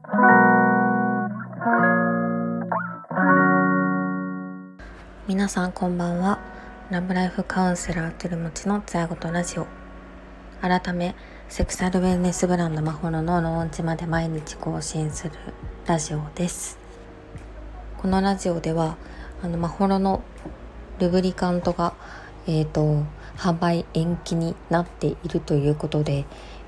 皆さんこんばんは。ラブライフカウンセラーてるもちのつやごとラジオ、改めセクシャルウェルネスブランドマホロのローンチまで毎日更新するラジオです。このラジオではマホロのルブリカントが販売延期になっているということで、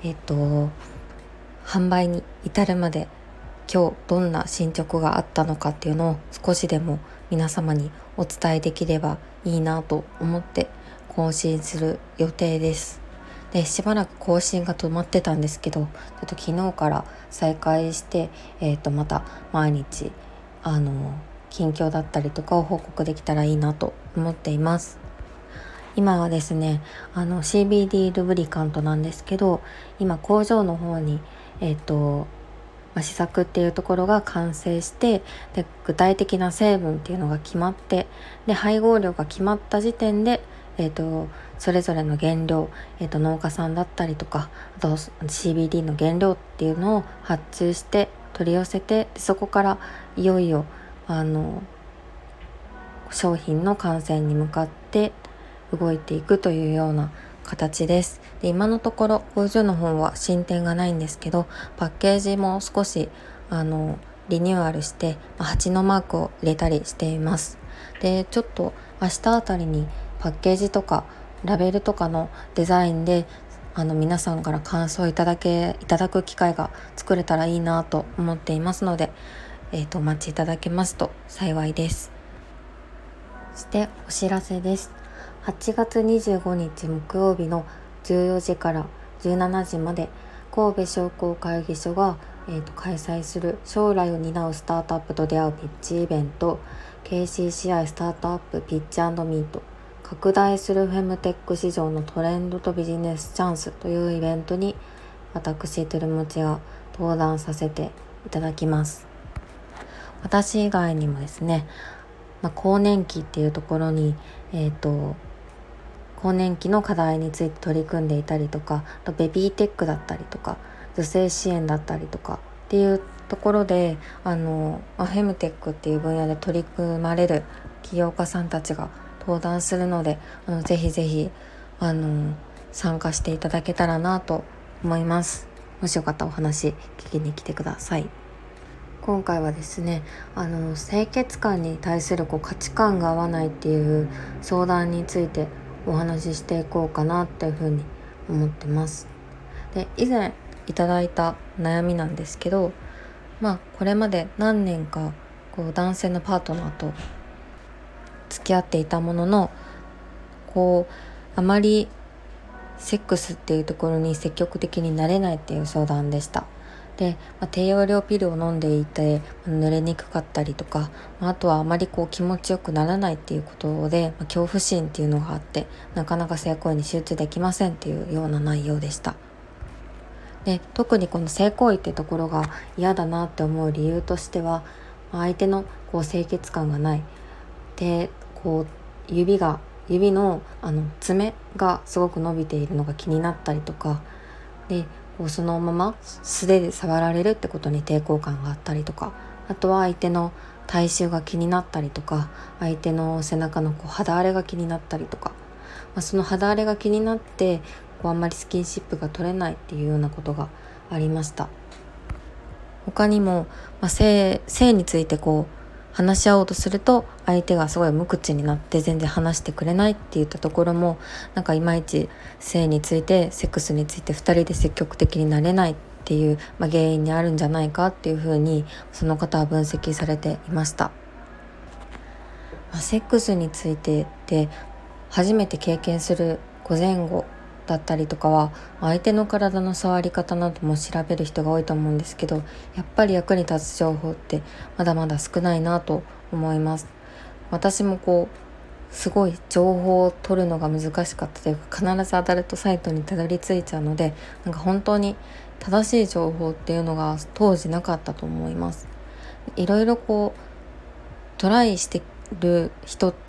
販売に至るまで今日どんな進捗があったのかっていうのを少しでも皆様にお伝えできればいいなと思って更新する予定です。で、しばらく更新が止まってたんですけど、ちょっと昨日から再開して、また毎日近況だったりとかを報告できたらいいなと思っています。今はですね、CBD ルブリカントなんですけど、今工場の方に試作っていうところが完成して、で具体的な成分っていうのが決まって、で配合量が決まった時点で、それぞれの原料、農家さんだったりとか、あと CBD の原料っていうのを発注して取り寄せて、そこからいよいよ商品の完成に向かって動いていくというような形です。で、今のところ工場の方は進展がないんですけど、パッケージも少しリニューアルして蜂のマークを入れたりしています。で、ちょっと明日あたりにパッケージとかラベルとかのデザインで皆さんから感想いただく機会が作れたらいいなと思っていますので、お待ちいただけますと幸いです。そしてお知らせです。8月25日木曜日の14時から17時まで神戸商工会議所が、開催する将来を担うスタートアップと出会うピッチイベント KCCI スタートアップピッチ&ミート拡大するフェムテック市場のトレンドとビジネスチャンスというイベントに私てるもちが登壇させていただきます。私以外にもですね、更年期っていうところに更年期の課題について取り組んでいたりとか、あとベビーテックだったりとか女性支援だったりとかっていうところでフェムテックっていう分野で取り組まれる起業家さんたちが登壇するので、ぜひぜひ参加していただけたらなと思います。もしよかったらお話聞きに来てください。今回はですね、清潔感に対する価値観が合わないっていう相談についてお話ししていこうかなっていうふうに思ってます。で、以前いただいた悩みなんですけど、これまで何年か男性のパートナーと付き合っていたものの、あまりセックスっていうところに積極的になれないっていう相談でした。で、低用量ピルを飲んでいて濡れにくかったりとか、あとはあまり気持ちよくならないっていうことで、恐怖心っていうのがあって、なかなか性行為に集中できませんっていうような内容でした。で、特にこの性行為ってところが嫌だなって思う理由としては、相手の清潔感がないで、指の爪がすごく伸びているのが気になったりとかで、そのまま素手で触られるってことに抵抗感があったりとか、あとは相手の体臭が気になったりとか、相手の背中の肌荒れが気になったりとか、その肌荒れが気になってあんまりスキンシップが取れないっていうようなことがありました。他にも、性について話し合おうとすると相手がすごい無口になって全然話してくれないっていったところも、いまいち性についてセックスについて2人で積極的になれないっていう、原因にあるんじゃないかっていうふうにその方は分析されていました。セックスについてって初めて経験する前後だったりとかは相手の体の触り方なども調べる人が多いと思うんですけど、やっぱり役に立つ情報ってまだまだ少ないなと思います。私もすごい情報を取るのが難しかったというか、必ずアダルトサイトにたどり着いちゃうので、本当に正しい情報っていうのが当時なかったと思います。いろいろトライしてる人って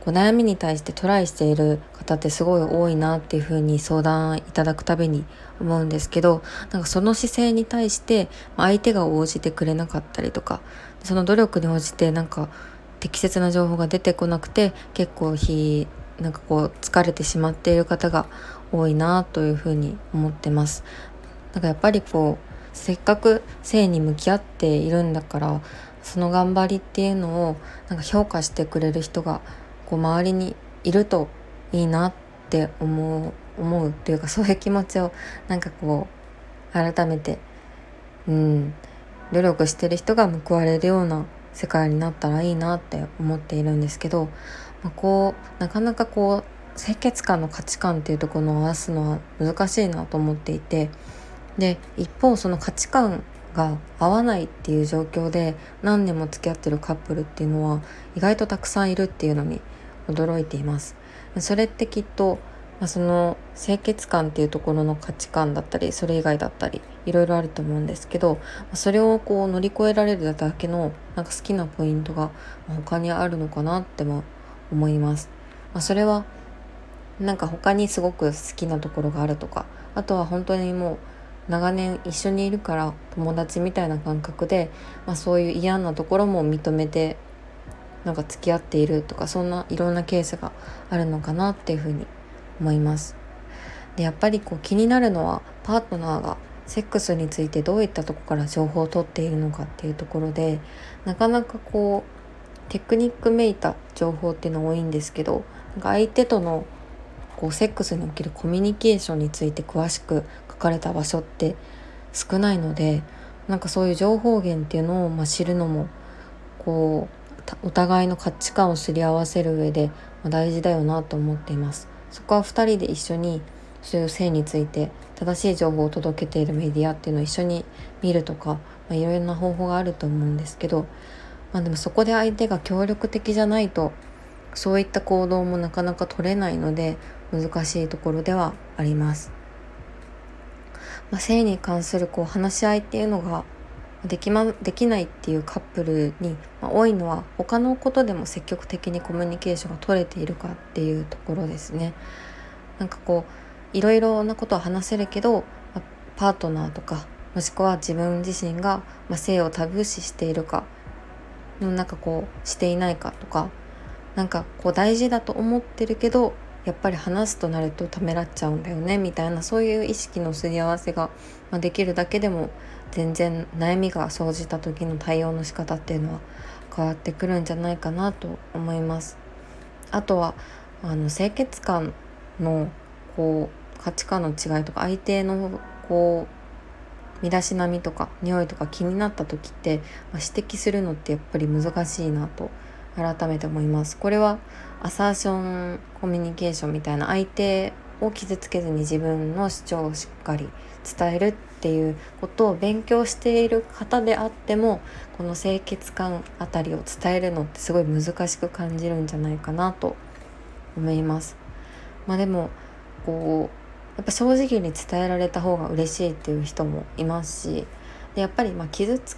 こう悩みに対してトライしている方ってすごい多いなっていうふうに相談いただくたびに思うんですけど、なんかその姿勢に対して相手が応じてくれなかったりとか、その努力に応じてなんか適切な情報が出てこなくて結構なんかこう疲れてしまっている方が多いなというふうに思ってます。なんかやっぱりこうせっかく性に向き合っているんだから、その頑張りっていうのをなんか評価してくれる人がこう周りにいるといいなって思うっていうか、そういう気持ちをなんかこう改めて、努力してる人が報われるような世界になったらいいなって思っているんですけど、こうなかなかこう清潔感の価値観っていうところを合わすのは難しいなと思っていて、で一方その価値観が合わないっていう状況で何年も付き合ってるカップルっていうのは意外とたくさんいるっていうのに驚いています。それってきっと、その清潔感っていうところの価値観だったり、それ以外だったりいろいろあると思うんですけど、それをこう乗り越えられるだけのなんか好きなポイントが他にあるのかなっても思います。それはなんか他にすごく好きなところがあるとか、あとは本当にもう長年一緒にいるから友達みたいな感覚で、そういう嫌なところも認めてなんか付き合っているとか、そんないろんなケースがあるのかなっていうふうに思います。でやっぱりこう気になるのはパートナーがセックスについてどういったところから情報を取っているのかっていうところで、なかなかこうテクニックめいた情報っていうのが多いんですけど、なんか相手とのこうセックスにおけるコミュニケーションについて詳しく書かれた場所って少ないので、なんかそういう情報源っていうのを知るのもこうお互いの価値観をすり合わせる上で大事だよなと思っています。そこは2人で一緒にそういう性について正しい情報を届けているメディアっていうのを一緒に見るとか、いろいろな方法があると思うんですけど、でもそこで相手が協力的じゃないとそういった行動もなかなか取れないので難しいところではあります。性に関するこう話し合いっていうのができないっていうカップルに、多いのは他のことでも積極的にコミュニケーションが取れているかっていうところですね。なんかこういろいろなことを話せるけど、パートナーとかもしくは自分自身が、性をタブー視しているか、なんかこうしていないかとか、なんかこう大事だと思ってるけどやっぱり話すとなるとためらっちゃうんだよねみたいな、そういう意識のすり合わせができるだけでも全然悩みが生じた時の対応の仕方っていうのは変わってくるんじゃないかなと思います。あとは清潔感のこう価値観の違いとか、相手のこう身だしなみとか匂いとか気になった時って、指摘するのってやっぱり難しいなと改めて思います。これはアサーションコミュニケーションみたいな、相手を傷つけずに自分の主張をしっかり伝えるっていうことを勉強している方であっても、この清潔感あたりを伝えるのってすごい難しく感じるんじゃないかなと思います。でもこうやっぱ正直に伝えられた方が嬉しいっていう人もいますし、でやっぱり傷つ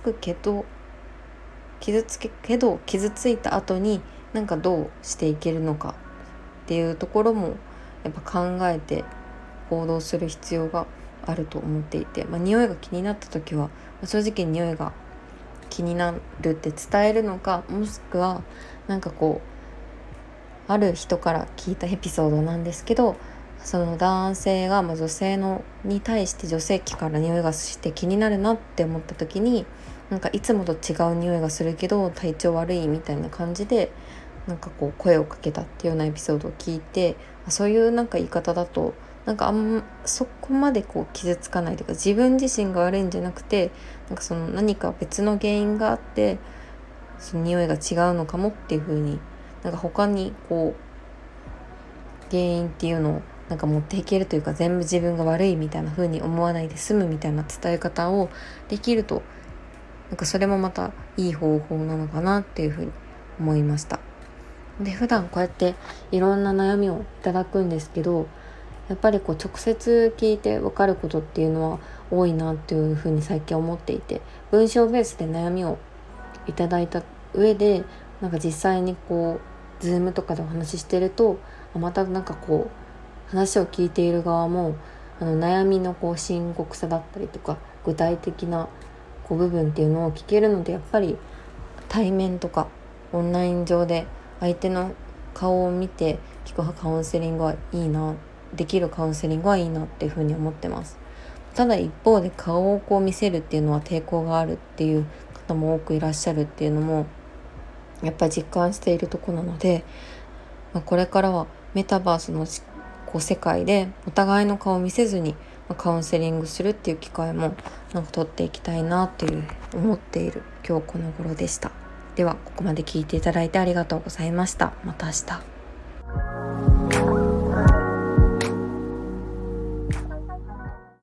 ついた後になんかどうしていけるのかっていうところもやっぱ考えて行動する必要があると思っていて、匂いが気になった時は正直匂いが気になるって伝えるのか、もしくはなんかこうある人から聞いたエピソードなんですけど、その男性が女性に対して女性器から匂いがして気になるなって思った時に、なんかいつもと違う匂いがするけど体調悪いみたいな感じでなんかこう声をかけたっていうようなエピソードを聞いて、そういうなんか言い方だとなんかそこまでこう傷つかないというか、自分自身が悪いんじゃなくて、なんかその何か別の原因があってその匂いが違うのかもっていう風に、なんか他にこう原因っていうのをなんか持っていけるというか、全部自分が悪いみたいな風に思わないで済むみたいな伝え方をできると、なんかそれもまたいい方法なのかなっていう風に思いました。で普段こうやっていろんな悩みをいただくんですけど、やっぱりこう直接聞いて分かることっていうのは多いなっていう風に最近思っていて、文章ベースで悩みをいただいた上でなんか実際にこう Zoom とかでお話ししてると、またなんかこう話を聞いている側も悩みのこう深刻さだったりとか具体的なこう部分っていうのを聞けるので、やっぱり対面とかオンライン上で相手の顔を見て聞くカウンセリングはいいな、できるカウンセリングはいいなっていうふうに思ってます。ただ一方で顔をこう見せるっていうのは抵抗があるっていう方も多くいらっしゃるっていうのもやっぱり実感しているところなので、これからはメタバースのこう世界でお互いの顔を見せずにカウンセリングするっていう機会もなんか取っていきたいなっていう思っている今日この頃でした。ではここまで聞いていただいてありがとうございました。また明日。